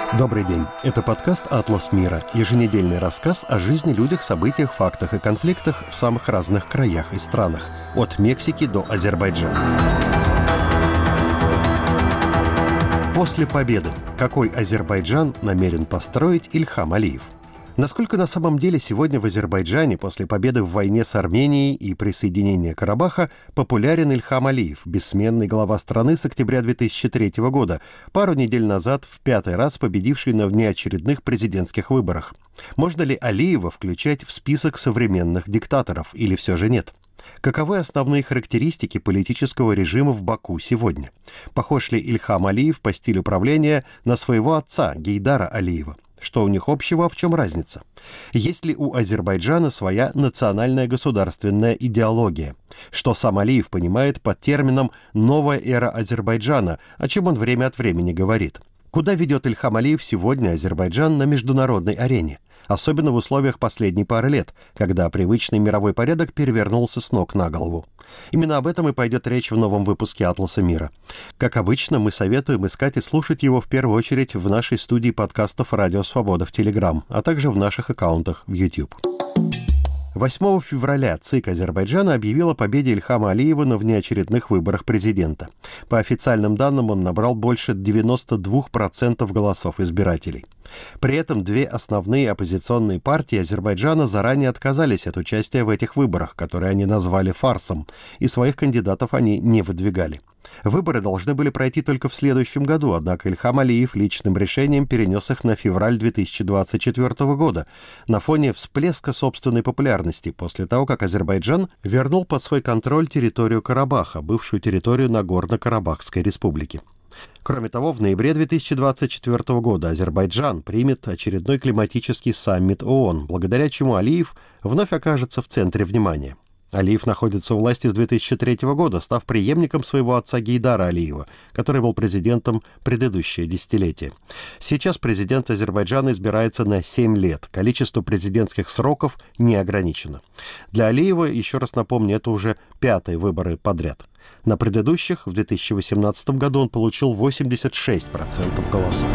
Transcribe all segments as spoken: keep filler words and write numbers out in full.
Добрый день. Это подкаст «Атлас мира», еженедельный рассказ о жизни, людях, событиях, фактах и конфликтах в самых разных краях и странах, от Мексики до Азербайджана. После победы. Какой Азербайджан намерен построить Ильхам Алиев? Насколько на самом деле сегодня в Азербайджане после победы в войне с Арменией и присоединения Карабаха популярен Ильхам Алиев, бессменный глава страны с октября две тысячи третьего года, пару недель назад в пятый раз победивший на внеочередных президентских выборах? Можно ли Алиева включать в список современных диктаторов или все же нет? Каковы основные характеристики политического режима в Баку сегодня? Похож ли Ильхам Алиев по стилю правления на своего отца Гейдара Алиева? Что у них общего, а в чем разница? Есть ли у Азербайджана своя национальная государственная идеология? Что сам Алиев понимает под термином «новая эра Азербайджана», о чем он время от времени говорит? Куда ведет Ильхам Алиев сегодня Азербайджан на международной арене? Особенно в условиях последней пары лет, когда привычный мировой порядок перевернулся с ног на голову. Именно об этом и пойдет речь в новом выпуске «Атласа мира». Как обычно, мы советуем искать и слушать его в первую очередь в нашей студии подкастов «Радио Свобода» в Телеграм, а также в наших аккаунтах в YouTube. восьмого февраля ЦИК Азербайджана объявил о победе Ильхама Алиева на внеочередных выборах президента. По официальным данным, он набрал больше девяносто два процента голосов избирателей. При этом две основные оппозиционные партии Азербайджана заранее отказались от участия в этих выборах, которые они назвали фарсом, и своих кандидатов они не выдвигали. Выборы должны были пройти только в следующем году, однако Ильхам Алиев личным решением перенес их на февраль две тысячи двадцать четвёртого года на фоне всплеска собственной популярности после того, как Азербайджан вернул под свой контроль территорию Карабаха, бывшую территорию Нагорно-Карабахской республики. Кроме того, в ноябре две тысячи двадцать четвёртого года Азербайджан примет очередной климатический саммит ООН, благодаря чему Алиев вновь окажется в центре внимания. Алиев находится у власти с две тысячи третьего года, став преемником своего отца Гейдара Алиева, который был президентом предыдущее десятилетие. Сейчас президент Азербайджана избирается на семь лет. Количество президентских сроков не ограничено. Для Алиева, еще раз напомню, это уже пятые выборы подряд. На предыдущих, в две тысячи восемнадцатом году, он получил восемьдесят шесть процентов голосов.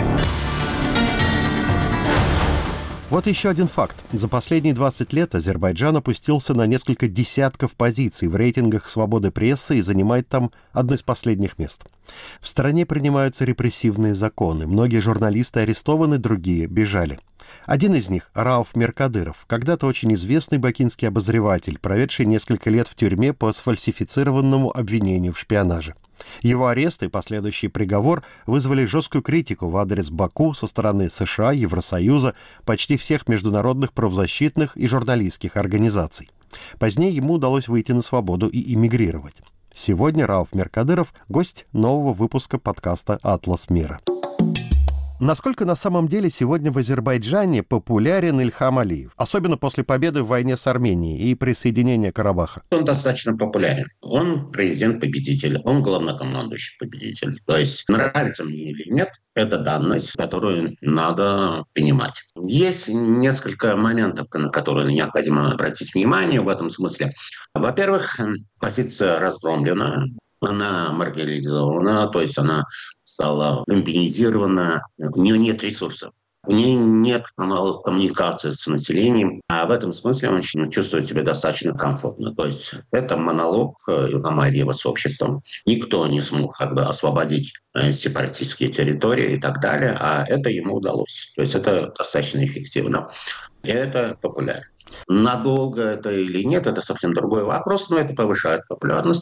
Вот еще один факт. За последние двадцать лет Азербайджан опустился на несколько десятков позиций в рейтингах свободы прессы и занимает там одно из последних мест. В стране принимаются репрессивные законы. Многие журналисты арестованы, другие бежали. Один из них, Рауф Меркадыров, когда-то очень известный бакинский обозреватель, проведший несколько лет в тюрьме по сфальсифицированному обвинению в шпионаже. Его арест и последующий приговор вызвали жесткую критику в адрес Баку со стороны США, Евросоюза, почти всех международных правозащитных и журналистских организаций. Позднее ему удалось выйти на свободу и эмигрировать. Сегодня Рауф Меркадыров – гость нового выпуска подкаста «Атлас мира». Насколько на самом деле сегодня в Азербайджане популярен Ильхам Алиев, особенно после победы в войне с Арменией и присоединения Карабаха? Он достаточно популярен. Он президент-победитель, он главнокомандующий победитель. То есть нравится мне или нет, это данность, которую надо принимать. Есть несколько моментов, на которые необходимо обратить внимание в этом смысле. Во-первых, позиция разгромлена. Она маргинализована, то есть она стала люмпинизирована, у нее нет ресурсов. У нее нет каналов коммуникации с населением, а в этом смысле он чувствует себя достаточно комфортно. То есть это монолог Ильхама Алиева с обществом. Никто не смог как бы освободить сепаратистские территории и так далее, а это ему удалось. То есть это достаточно эффективно. И это популярно. Надолго это или нет, это совсем другой вопрос, но это повышает популярность.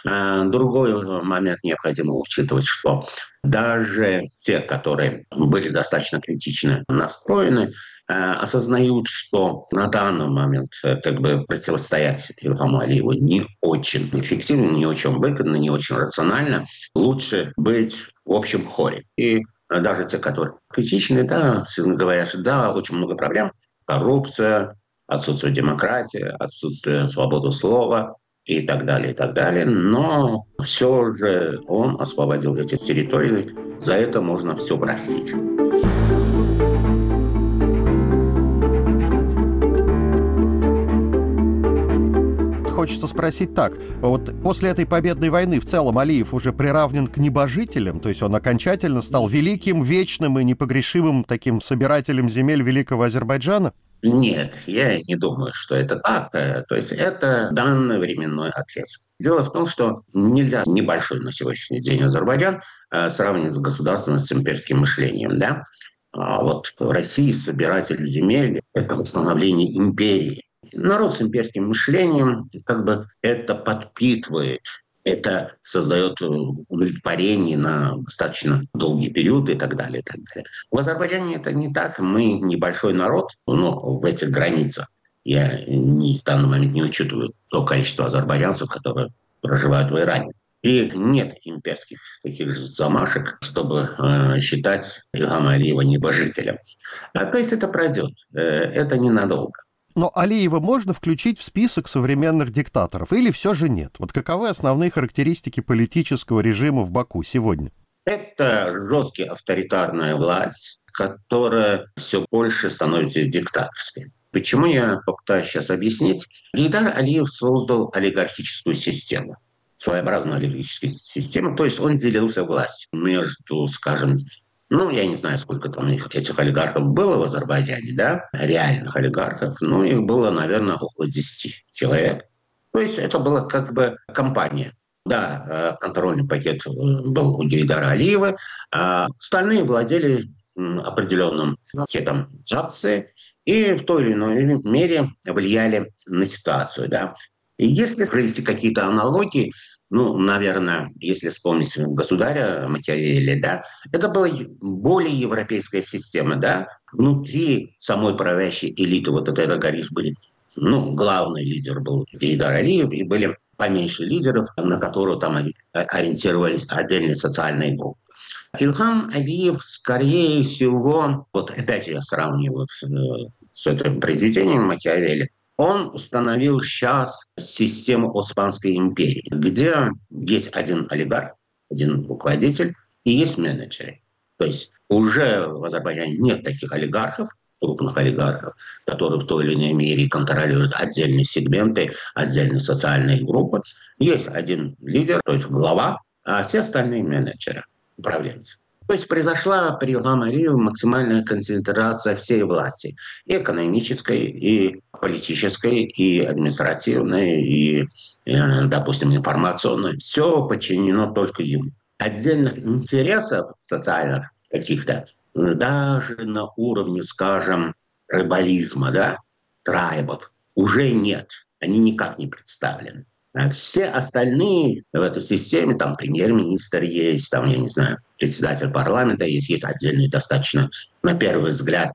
Другой момент необходимо учитывать, что даже те, которые были достаточно критично настроены, осознают, что на данный момент как бы противостоять Ильхаму Алиеву не очень эффективно, не очень выгодно, не очень рационально. Лучше быть в общем хоре. И даже те, которые критичны, да, говорят, что да, очень много проблем, коррупция, отсутствие демократии, отсутствие свободы слова и так далее, и так далее. Но все же он освободил эти территории. За это можно все простить. хочется спросить так. Вот после этой победной войны в целом Алиев уже приравнен к небожителям? То есть он окончательно стал великим, вечным и непогрешимым таким собирателем земель великого Азербайджана? Нет, я не думаю, что это так. То есть это данный временной отрезок. Дело в том, что нельзя небольшой на сегодняшний день Азербайджан сравнивать с государством, с имперским мышлением. Да? А вот в России собиратель земель – это восстановление империи. Народ с имперским мышлением как бы это подпитывает, это создает удовлетворение на достаточно долгий период и так далее. И так далее. В Азербайджане это не так. Мы небольшой народ, но в этих границах. Я в данный момент не учитываю то количество азербайджанцев, которые проживают в Иране. И нет имперских таких же замашек, чтобы э, считать Ильхама Алиева небожителем. А, то есть это пройдет. Э, это ненадолго. Но Алиева можно включить в список современных диктаторов или все же нет? Вот каковы основные характеристики политического режима в Баку сегодня? Это жесткая авторитарная власть, которая все больше становится диктаторской. Почему я попытаюсь сейчас объяснить? Гейдар Алиев создал олигархическую систему. Своеобразную олигархическую систему. То есть он делился властью между, скажем, ну, я не знаю, сколько там этих олигархов было в Азербайджане, да, реальных олигархов. Ну, их было, наверное, около десяти человек. То есть это была как бы компания. Да, контрольный пакет был у Гейдара Алиева, а остальные владели определенным пакетом акций и в той или иной мере влияли на ситуацию, да. И если провести какие-то аналогии, ну, наверное, если вспомнить государя Макиавелли, да, это была более европейская система, да. Внутри самой правящей элиты вот этой олигархии были, ну, главный лидер был Гейдар Алиев, и были поменьше лидеров, на которых там ориентировались отдельные социальные группы. Ильхам Алиев, скорее всего, вот опять я сравниваю с, с этим произведением Макиавелли, он установил сейчас систему Османской империи, где есть один олигарх, один руководитель и есть менеджеры. То есть уже в Азербайджане нет таких олигархов, крупных олигархов, которые в той или иной мере контролируют отдельные сегменты, отдельные социальные группы. Есть один лидер, то есть глава, а все остальные менеджеры, управленцы. То есть произошла при Ильхаме Алиеве максимальная концентрация всей власти. И экономической, и политической, и административной, и, допустим, информационной. Все подчинено только ему. Отдельных интересов социальных каких-то, даже на уровне, скажем, трибализма, да, трайбов, уже нет. Они никак не представлены. А все остальные в этой системе, там премьер-министр есть, там, я не знаю, председатель парламента есть, есть отдельные достаточно, на первый взгляд,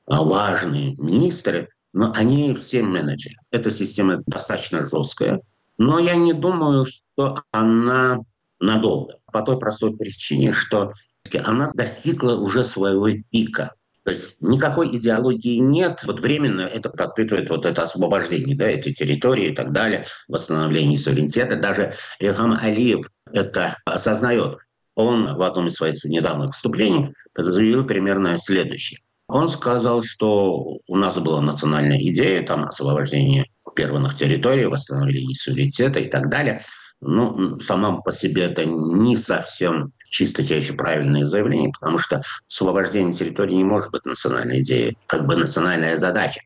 важные министры, но они все менеджеры. Эта система достаточно жесткая, но я не думаю, что она надолго. По той простой причине, что она достигла уже своего пика. То есть никакой идеологии нет. Вот временно это подпитывает вот это освобождение, да, этой территории и так далее, восстановление суверенитета. Даже Ильхам Алиев это осознает. Он в одном из своих недавних выступлений заявил примерно следующее. Он сказал, что у нас была национальная идея, там освобождение оккупированных территорий, восстановление суверенитета и так далее. Ну, само по себе это не совсем чистотечие правильное заявление, потому что освобождение территории не может быть национальной идеей, как бы национальная задача.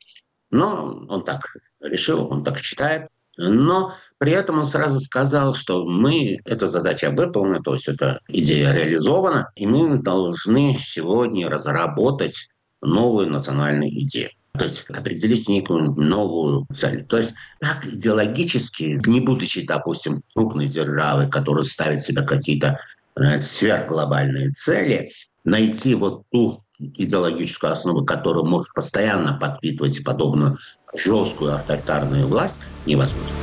Но он так решил, он так считает. Но при этом он сразу сказал, что мы, эта задача выполнена, то есть эта идея реализована, и мы должны сегодня разработать новую национальную идею. То есть определить некую новую цель. То есть так идеологически, не будучи, допустим, крупной державой, которая ставит себе какие-то э, сверхглобальные цели, найти вот ту идеологическую основу, которая может постоянно подпитывать подобную жесткую авторитарную власть, невозможно.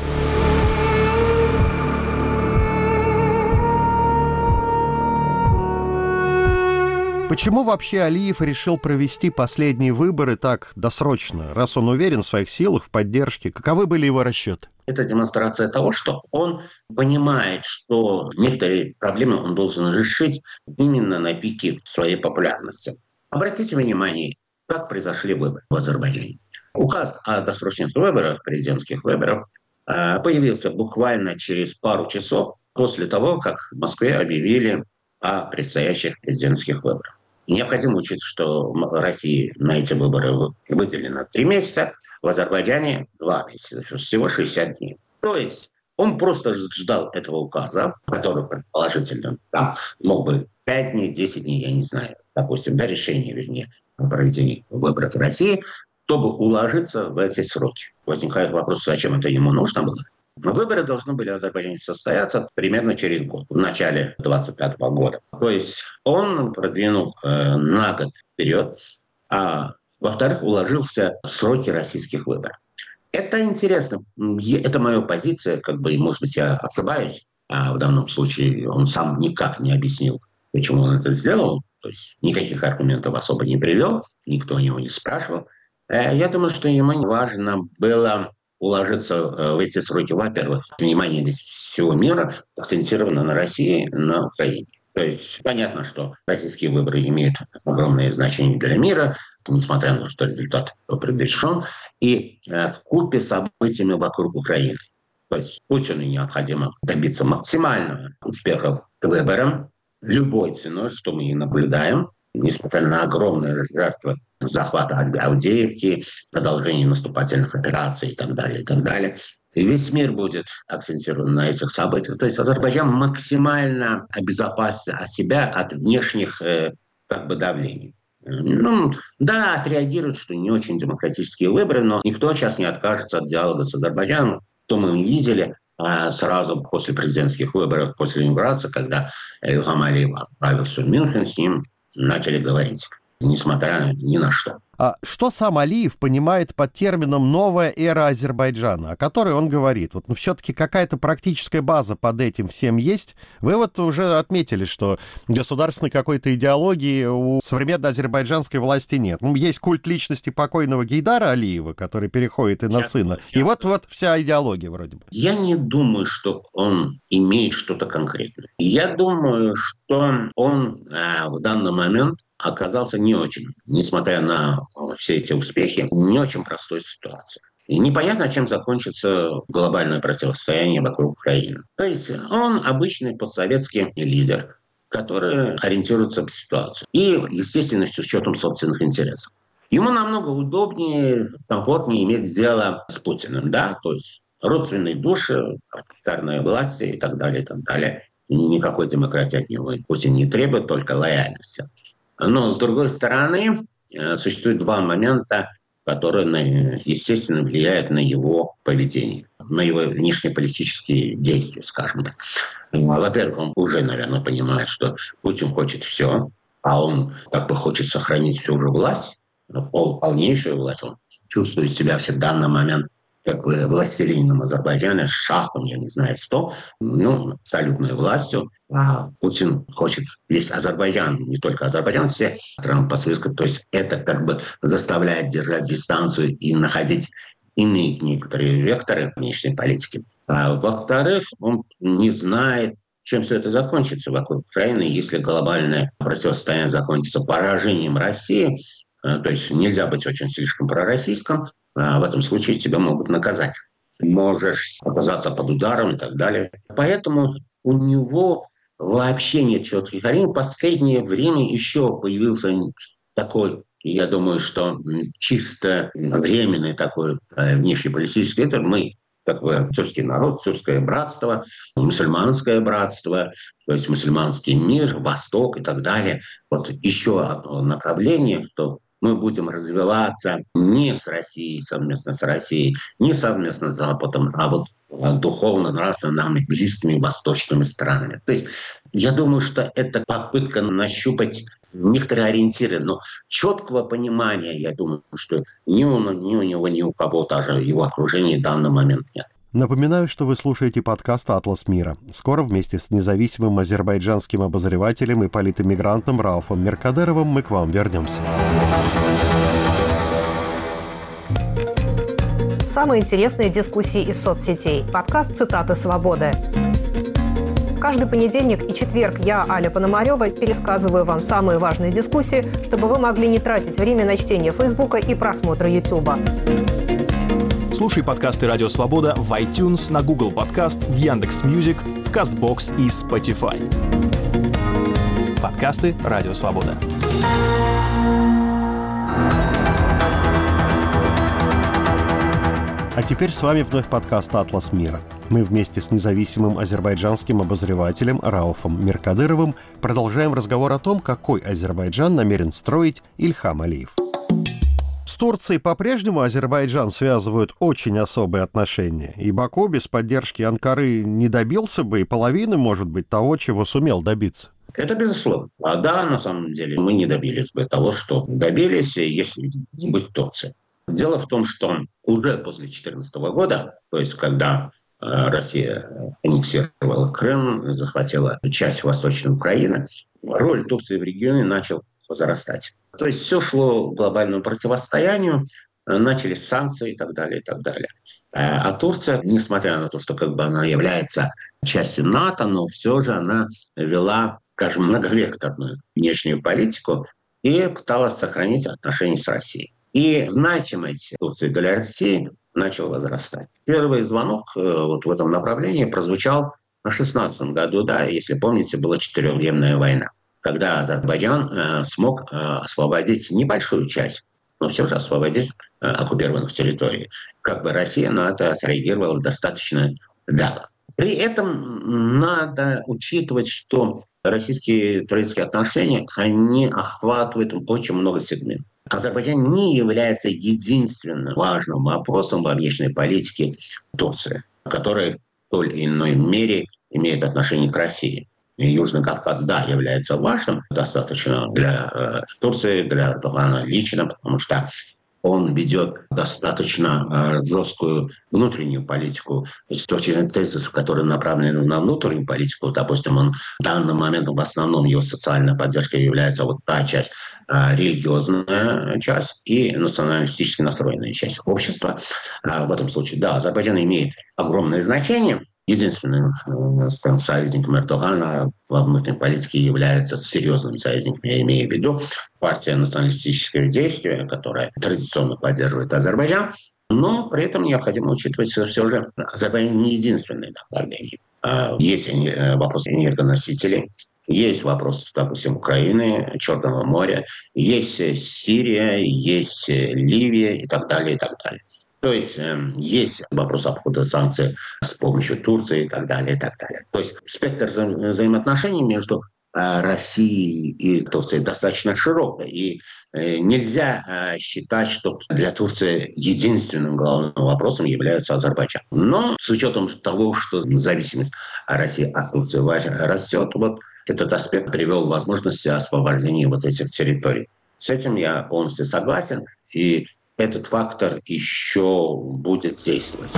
Почему вообще Алиев решил провести последние выборы так досрочно, раз он уверен в своих силах, в поддержке? Каковы были его расчеты? Это демонстрация того, что он понимает, что некоторые проблемы он должен решить именно на пике своей популярности. Обратите внимание, как произошли выборы в Азербайджане. Указ о досрочных выборах, президентских выборах, появился буквально через пару часов после того, как в Москве объявили о предстоящих президентских выборах. Необходимо учесть, что в России на эти выборы выделено три месяца, в Азербайджане два месяца, всего шестьдесят дней. То есть он просто ждал этого указа, который, предположительно, там мог бы пять дней, десять дней, я не знаю, допустим, до решения, вернее, о проведении выборов в России, чтобы уложиться в эти сроки. Возникает вопрос, зачем это ему нужно было. Выборы должны были в Азербайджане состояться примерно через год, в начале двадцать пятого года. То есть он продвинул э, на год вперед, а во-вторых, уложился в сроки российских выборов. Это интересно. Это моя позиция, как бы, может быть, я ошибаюсь, а в данном случае он сам никак не объяснил, почему он это сделал, то есть никаких аргументов особо не привел, никто у него не спрашивал. Я думаю, что ему важно было уложиться в эти сроки. Во-первых, внимание всего мира акцентировано на России, на Украине. То есть понятно, что российские выборы имеют огромное значение для мира, несмотря на то, что результат предрешен, и вкупе с событиями вокруг Украины. То есть Путину необходимо добиться максимального успеха к выборам любой ценой, что мы и наблюдаем, несмотря на огромные жертвы захвата Авдеевки, продолжение наступательных операций и так далее, и так далее. И весь мир будет акцентирован на этих событиях. То есть Азербайджан максимально обезопасит себя от внешних э, как бы давлений. Ну, да, отреагируют, что не очень демократические выборы, но никто сейчас не откажется от диалога с Азербайджаном. Что мы видели а, сразу после президентских выборов, после инаугурации, когда Ильхам Алиев отправился в Мюнхен, с ним начали говорить, несмотря ни на что. А что сам Алиев понимает под термином «новая эра Азербайджана», о которой он говорит? Вот, ну, все-таки какая-то практическая база под этим всем есть. Вы вот уже отметили, что государственной какой-то идеологии у современной азербайджанской власти нет. Ну, есть культ личности покойного Гейдара Алиева, который переходит и на сейчас, сына. Сейчас. И вот, вот вся идеология вроде бы. Я не думаю, что он имеет что-то конкретное. Я думаю, что он а, в данный момент оказался не очень, несмотря на все эти успехи, не очень простой ситуации. И непонятно, чем закончится глобальное противостояние вокруг Украины. То есть он обычный постсоветский лидер, который ориентируется по ситуации. И, естественно, с учетом собственных интересов. Ему намного удобнее, комфортнее иметь дело с Путиным, да, то есть родственные души, авторитарные власти и так далее, и так далее. Никакой демократии от него Путин не требует, только лояльности. Но, с другой стороны, существует два момента, которые, естественно, влияют на его поведение, на его внешнеполитические действия, скажем так. Во-первых, он уже, наверное, понимает, что Путин хочет все, а он как бы хочет сохранить всю же власть, полнейшую власть. Он чувствует себя в данный момент как бы властелином Азербайджана, шахом, я не знаю что, ну, абсолютной властью. А Путин хочет весь Азербайджан, не только Азербайджан, все страны постсоветские. То есть это как бы заставляет держать дистанцию и находить иные некоторые векторы внешней политики. А во-вторых, он не знает, чем все это закончится вокруг Украины, если глобальное противостояние закончится поражением России. То есть нельзя быть очень слишком пророссийским. В этом случае тебя могут наказать. Можешь оказаться под ударом и так далее. Поэтому у него вообще нет четких ориентиров. В последнее время еще появился такой, я думаю, что чисто временный такой внешнеполитический лидер. Мы, как бы, тюркский народ, тюркское братство, мусульманское братство, то есть мусульманский мир, Восток и так далее. Вот еще одно направление, что мы будем развиваться не с Россией, совместно с Россией, не совместно с Западом, а вот духовно, нравственно нам близкими восточными странами. То есть я думаю, что это попытка нащупать некоторые ориентиры, но четкого понимания, я думаю, что ни у, ни у него, ни у кого даже в его окружении в данный момент нет. Напоминаю, что вы слушаете подкаст «Атлас мира». Скоро вместе с независимым азербайджанским обозревателем и политэмигрантом Рауфом Меркадеровым мы к вам вернемся. Самые интересные дискуссии из соцсетей. Подкаст «Цитаты свободы». Каждый понедельник и четверг я, Аля Пономарева, пересказываю вам самые важные дискуссии, чтобы вы могли не тратить время на чтение Фейсбука и просмотр Ютуба. Слушай подкасты «Радио Свобода» в iTunes, на Google Подкаст, в Яндекс.Мьюзик, в Кастбокс и Spotify. Подкасты «Радио Свобода». А теперь с вами вновь подкаст «Атлас мира». Мы вместе с независимым азербайджанским обозревателем Рауфом Миркадыровым продолжаем разговор о том, какой Азербайджан намерен строить Ильхам Алиев. С Турцией по-прежнему Азербайджан связывают очень особые отношения, и Баку без поддержки Анкары не добился бы и половины, может быть, того, чего сумел добиться. Это безусловно. А да, на самом деле, мы не добились бы того, что добились, если не быть Турции. Дело в том, что уже после две тысячи четырнадцатого года, то есть когда э, Россия аннексировала Крым, захватила часть Восточной Украины, роль Турции в регионе начала возрастать. То есть все шло к глобальному противостоянию, э, начались санкции и так далее, и так далее. Э, а Турция, несмотря на то, что как бы она является частью НАТО, но все же она вела, скажем, многовекторную внешнюю политику и пыталась сохранить отношения с Россией. И значимость Турции для России начала возрастать. Первый звонок вот в этом направлении прозвучал в две тысячи шестнадцатом году, да, если помните, была четырехдневная война, когда Азербайджан э, смог э, освободить небольшую часть, но все же освободить э, оккупированных территорий. Как бы Россия на это отреагировала достаточно вяло. При этом надо учитывать, что российские турецкие отношения, они охватывают очень много сегментов. Азербайджан не является единственным важным вопросом во внешней политике Турции, который в той или иной мере имеет отношение к России. И Южный Кавказ, да, является важным достаточно для э, Турции, для Эрдогана лично, потому что он ведет достаточно э, жесткую внутреннюю политику с точки зрения тезисов, которые направлены на внутреннюю политику. Допустим, он в данный момент в основном его социальной поддержкой является вот та часть, э, религиозная часть и националистически настроенная часть общества. Э, в этом случае, да, Азербайджан имеет огромное значение. Единственным, скажем, союзником Эрдогана во внутренней политике является серьезным союзником, я имею в виду партия националистического действия, которая традиционно поддерживает Азербайджан, но при этом необходимо учитывать, что все же Азербайджан не единственное направление. Есть вопросы энергоносителей, есть вопрос, допустим, Украины, Черного моря, есть Сирия, есть Ливия и так далее, и так далее. То есть э, есть вопрос обхода санкций с помощью Турции и так далее, и так далее. То есть спектр вза- взаимоотношений между э, Россией и Турцией достаточно широк. И э, нельзя э, считать, что для Турции единственным главным вопросом является Азербайджан. Но с учетом того, что зависимость России от Турции растет, вот этот аспект привел к возможности освобождения вот этих территорий. С этим я полностью согласен. И этот фактор еще будет действовать.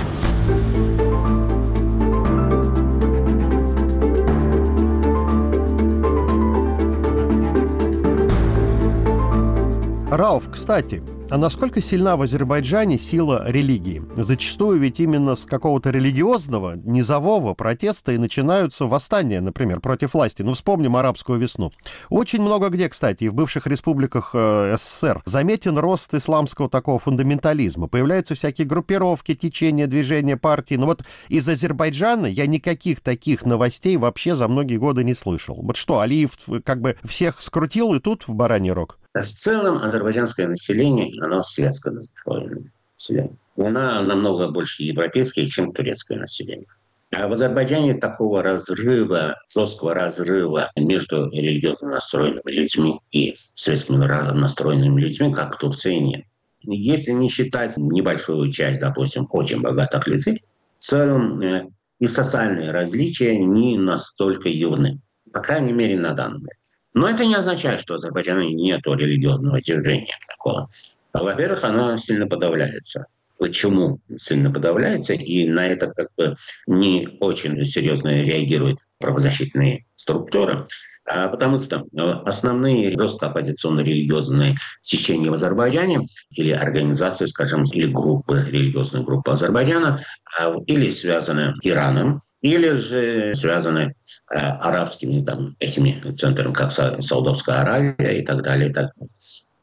Рауф, кстати, а насколько сильна в Азербайджане сила религии? Зачастую ведь именно с какого-то религиозного, низового протеста и начинаются восстания, например, против власти. Ну, вспомним арабскую весну. Очень много где, кстати, и в бывших республиках э, СССР заметен рост исламского такого фундаментализма. Появляются всякие группировки, течения, движения, партии. Но вот из Азербайджана я никаких таких новостей вообще за многие годы не слышал. Вот что, Алиев как бы всех скрутил и тут в бараний рог? В целом азербайджанское население, оно светское население. Оно намного больше европейское, чем турецкое население. А в Азербайджане такого разрыва, жесткого разрыва между религиозно настроенными людьми и светскими настроенными людьми, как в Турции, нет. Если не считать небольшую часть, допустим, очень богатых людей, в целом и социальные различия не настолько явны. По крайней мере, на данный момент. Но это не означает, что в Азербайджане нет религиозного движения такого. Во-первых, оно сильно подавляется. Почему сильно подавляется? И на это как бы не очень серьезно реагируют правозащитные структуры. А потому что основные жестко оппозиционно-религиозные течения в Азербайджане или организации, скажем, или группы, религиозные группы Азербайджана, или связаны с Ираном, или же связаны э, арабскими там, этими центрами, как Саудовская Аравия и так далее. И так далее.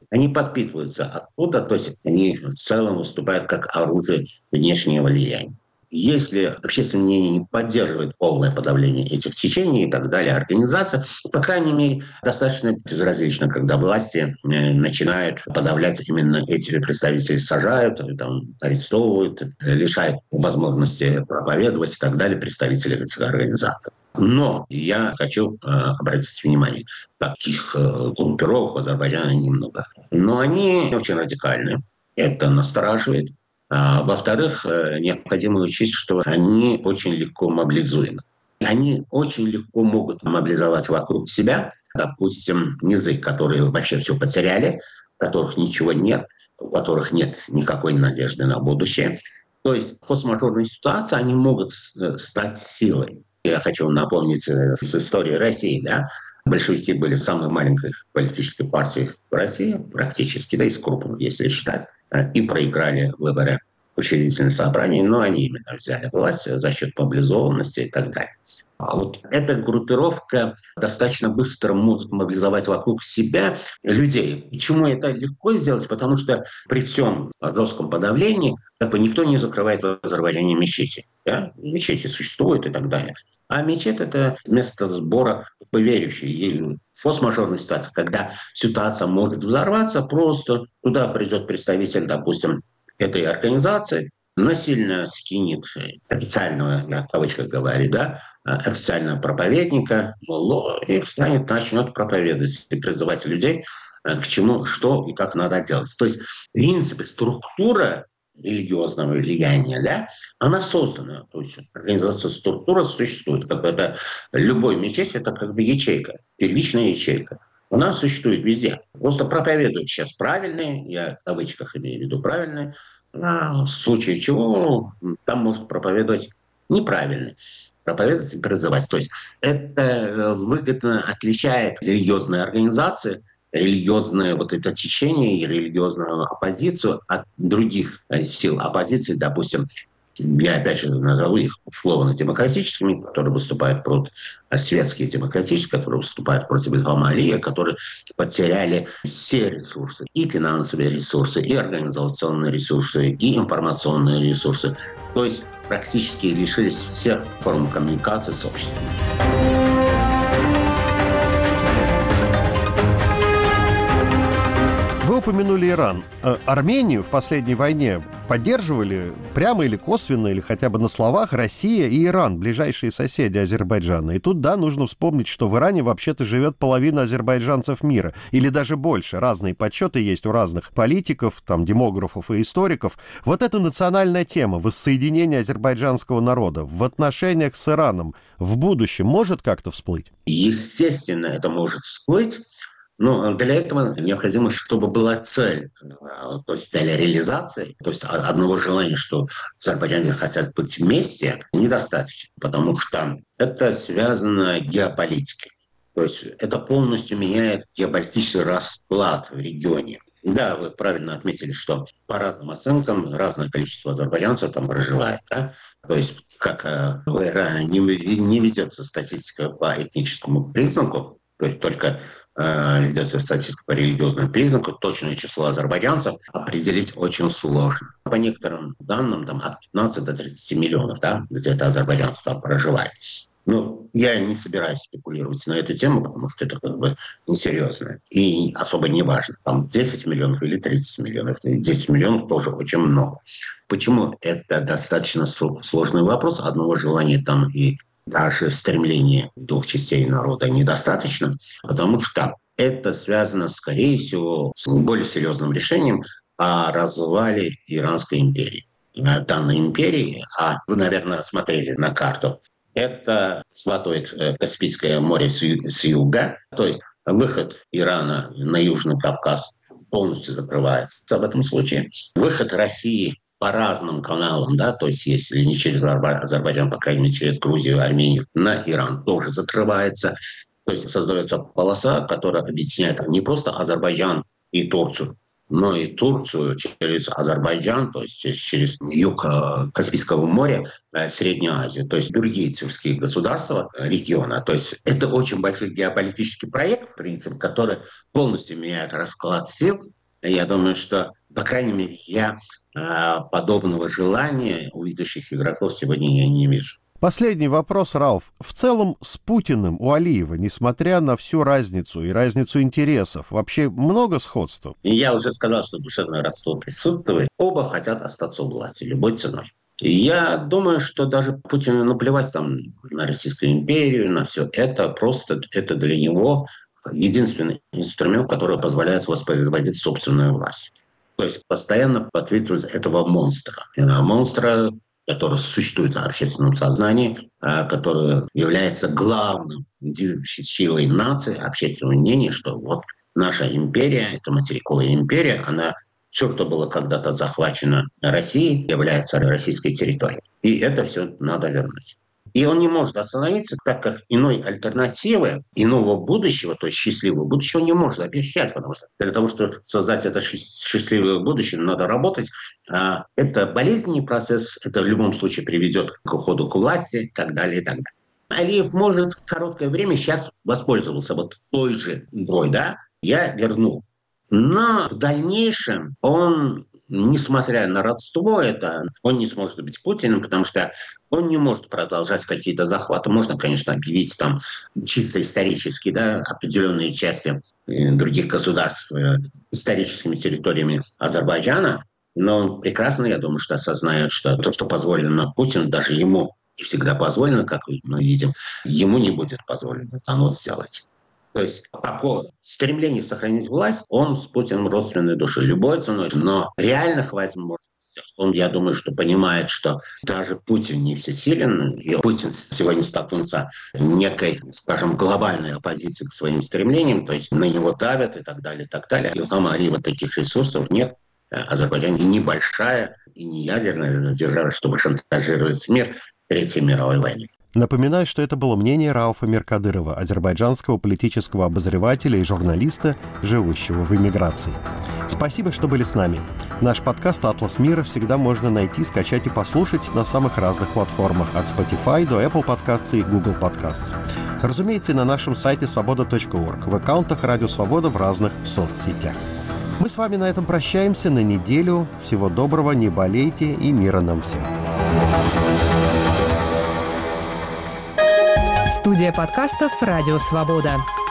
они подпитываются оттуда, то есть они в целом выступают как орудие внешнего влияния. Если общественное мнение не поддерживает полное подавление этих течений и так далее, организация, по крайней мере, достаточно безразлично, когда власти начинают подавлять именно этих представителей, сажают, там, арестовывают, лишают возможности проповедовать и так далее представителей этих организаций. Но я хочу э, обратить внимание, таких э, группировок в Азербайджане немного. Но они очень радикальны, это настораживает. А, во-вторых, э, необходимо учесть, что они очень легко мобилизуемы. Они очень легко могут мобилизовать вокруг себя, допустим, низы, которые вообще все потеряли, у которых ничего нет, у которых нет никакой надежды на будущее. То есть в форс-мажорной ситуации они могут стать силой. Я хочу напомнить с истории России, да, большевики были самой маленькой политической партией в России, практически, да, из крупных, если считать, и проиграли выборы учредительных собраний, но они именно взяли власть за счет мобилизованности и так далее. А вот эта группировка достаточно быстро может мобилизовать вокруг себя людей. Почему это легко сделать? Потому что при всем жестком подавлении как бы никто не закрывает в Азербайджане мечети. Да? Мечети существуют и так далее. А мечеть – это место сбора поверующих. И в форс-мажорной ситуации, когда ситуация может взорваться, просто туда придет представитель, допустим, этой организации, насильно скинет официального, я в кавычках говорю, да, официального проповедника, и встанет, начнет проповедовать и призывать людей к чему, что и как надо делать. То есть, в принципе, структура религиозного влияния, да, она создана. То есть организация, структура существует. Как это, любой мечеть – это как бы ячейка, первичная ячейка. Она существует везде. Просто проповедуют сейчас правильные, я в кавычках имею в виду правильные, а в случае чего там может проповедовать неправильный. Проповедовать и призывать. То есть это выгодно отличает религиозные организации, религиозное вот это течение и религиозную оппозицию от других сил оппозиции, допустим, я опять же назову их условно-демократическими, которые выступают против, светские демократические, которые выступают против Ильхама Алиева, которые потеряли все ресурсы, и финансовые ресурсы, и организационные ресурсы, и информационные ресурсы. То есть практически лишились всех форм коммуникации с обществом. Вы упомянули Иран. Армению в последней войне поддерживали прямо или косвенно, или хотя бы на словах Россия и Иран, ближайшие соседи Азербайджана. И тут, да, нужно вспомнить, что в Иране вообще-то живет половина азербайджанцев мира, или даже больше. Разные подсчеты есть у разных политиков, там, демографов и историков. Вот эта национальная тема воссоединения азербайджанского народа в отношениях с Ираном в будущем может как-то всплыть? Естественно, это может всплыть. Но для этого необходимо, чтобы была цель, то есть для реализации, то есть одного желания, что азербайджанцы хотят быть вместе, недостаточно, потому что это связано с геополитикой. То есть это полностью меняет геополитический расклад в регионе. Да, вы правильно отметили, что по разным оценкам разное количество азербайджанцев там проживает. Да? То есть как в Иране не ведется статистика по этническому признаку, то есть только э, ведется статистика по религиозному признаку, точное число азербайджанцев определить очень сложно. По некоторым данным, там, от пятнадцати до тридцати миллионов, да, где-то азербайджанцев там проживает. Ну, я не собираюсь спекулировать на эту тему, потому что это как бы несерьезно и особо не важно. Там десять миллионов или тридцать миллионов. десять миллионов тоже очень много. Почему? Это достаточно сложный вопрос. Одного желания там и даже стремления двух частей народа недостаточно, потому что это связано, скорее всего, с более серьезным решением о развале Иранской империи. Данной империи, а вы, наверное, смотрели на карту, это схватывает Каспийское море с юга, то есть выход Ирана на Южный Кавказ полностью закрывается в этом случае. Выход России по разным каналам, да, то есть если не через Азербайджан, по крайней мере, через Грузию, Армению, на Иран тоже закрывается. То есть создается полоса, которая объединяет не просто Азербайджан и Турцию, но и Турцию через Азербайджан, то есть через юг Каспийского моря, Среднюю Азию, то есть другие тюркские государства региона. То есть это очень большой геополитический проект, в принципе, который полностью меняет расклад сил. Я думаю, что, по крайней мере, я подобного желания у ведущих игроков сегодня я не вижу. Последний вопрос, Рауф. В целом с Путиным у Алиева, несмотря на всю разницу и разницу интересов, вообще много сходства? Я уже сказал, что душевное родство присутствует. Оба хотят остаться у власти любой ценой. И я думаю, что даже Путину наплевать там на Российскую империю, на все это. Просто это для него единственный инструмент, который позволяет воспроизводить собственную власть. То есть постоянно подвигать этого монстра. Монстра, который существует в общественном сознании, который является главным движущей силой нации, общественного мнения, что вот наша империя, это материковая империя, она все, что было когда-то захвачено Россией, является российской территорией. И это все надо вернуть. И он не может остановиться, так как иной альтернативы, иного будущего, то есть счастливого будущего, не может обещать, потому что для того, чтобы создать это счастливое будущее, надо работать. А это болезненный процесс, это в любом случае приведет к уходу к власти и так далее, и так далее. Алиев может в короткое время сейчас воспользоваться вот той же игрой, да, я верну. Но в дальнейшем он, несмотря на родство это, он не сможет быть Путиным, потому что он не может продолжать какие-то захваты. Можно, конечно, объявить там чисто исторически, да, определенные части других государств историческими территориями Азербайджана, но он прекрасно, я думаю, что осознает, что то, что позволено Путину, даже ему не всегда позволено, как мы видим, ему не будет позволено оно сделать. То есть по стремлению сохранить власть, он с Путиным родственной душой любой ценой, но реальных возможностей он, я думаю, что понимает, что даже Путин не всесилен, и Путин сегодня столкнулся некой, скажем, глобальной оппозицией к своим стремлениям, то есть на него давят и так далее, и так далее. Ильхам Алиева таких ресурсов нет. Азербайджан и небольшая, и не ядерная держава, чтобы шантажировать мир в Третьей мировой войне. Напоминаю, что это было мнение Рауфа Меркадырова, азербайджанского политического обозревателя и журналиста, живущего в эмиграции. Спасибо, что были с нами. Наш подкаст «Атлас мира» всегда можно найти, скачать и послушать на самых разных платформах, от Spotify до Apple Podcasts и Google Podcasts. Разумеется, и на нашем сайте свобода точка орг, в аккаунтах «Радио Свобода» в разных соцсетях. Мы с вами на этом прощаемся на неделю. Всего доброго, не болейте и мира нам всем. Студия подкастов «Радио Свобода».